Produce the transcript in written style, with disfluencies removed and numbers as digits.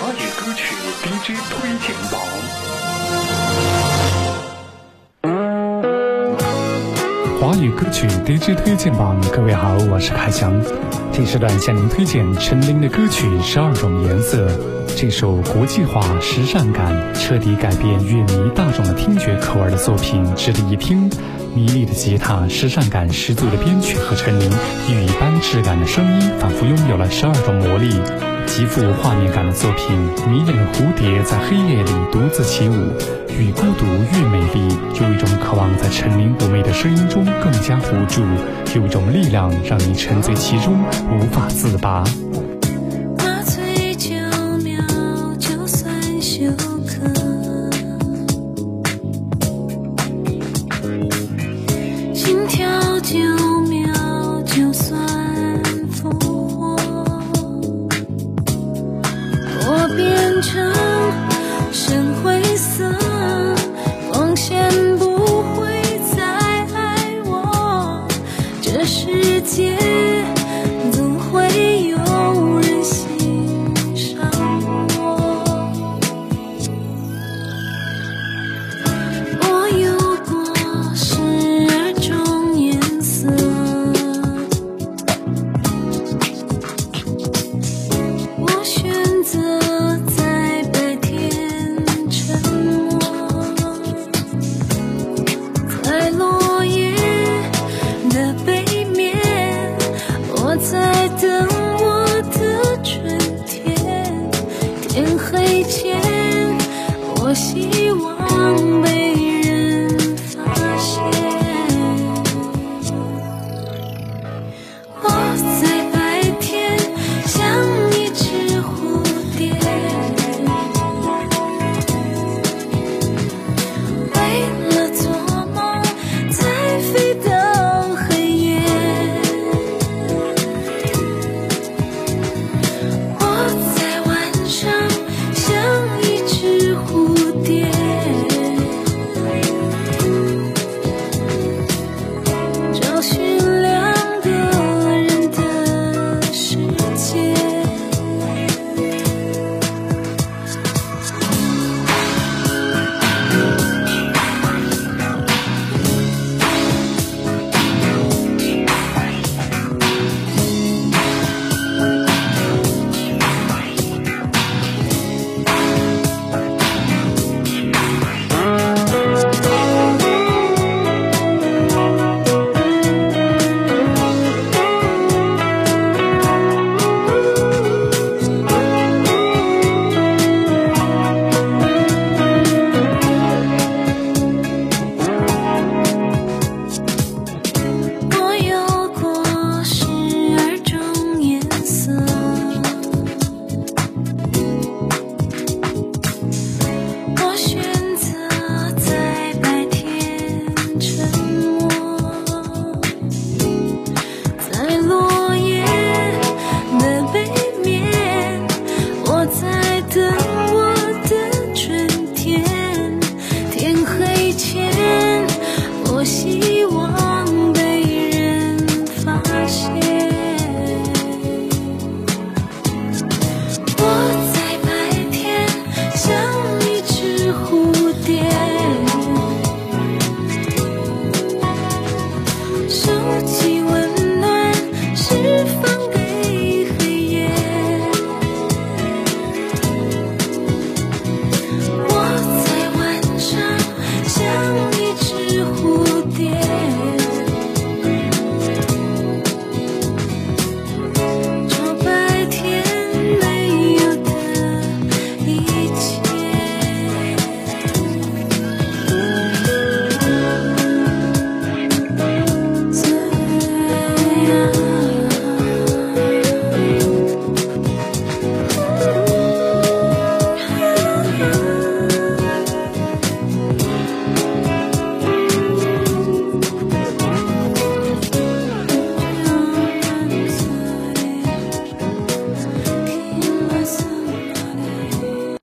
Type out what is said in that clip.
华语歌曲 DJ 推荐榜。华语歌曲 DJ 推荐榜，各位好，我是凯翔。这时段向您推荐陈琳的歌曲《12种颜色》。这首国际化、时尚感、彻底改变乐迷大众的听觉口味的作品值得一听。迷离的吉他、时尚感十足的编曲和陈琳玉一般质感的声音，仿佛拥有了12种魔力。极富画面感的作品，迷人的蝴蝶在黑夜里独自起舞，越孤独越美丽。有一种渴望在陈琳妩媚的声音中更加无助，有一种力量让你沉醉其中无法自拔。 麻醉9秒就算休克，心跳9秒就算复活，我变成深灰色，光线不会再爱我，这世界总会有人欣赏我。我有过12种颜色，我选择在白天沉默，在落叶的背面，我在等我的春天。天黑前，我希望被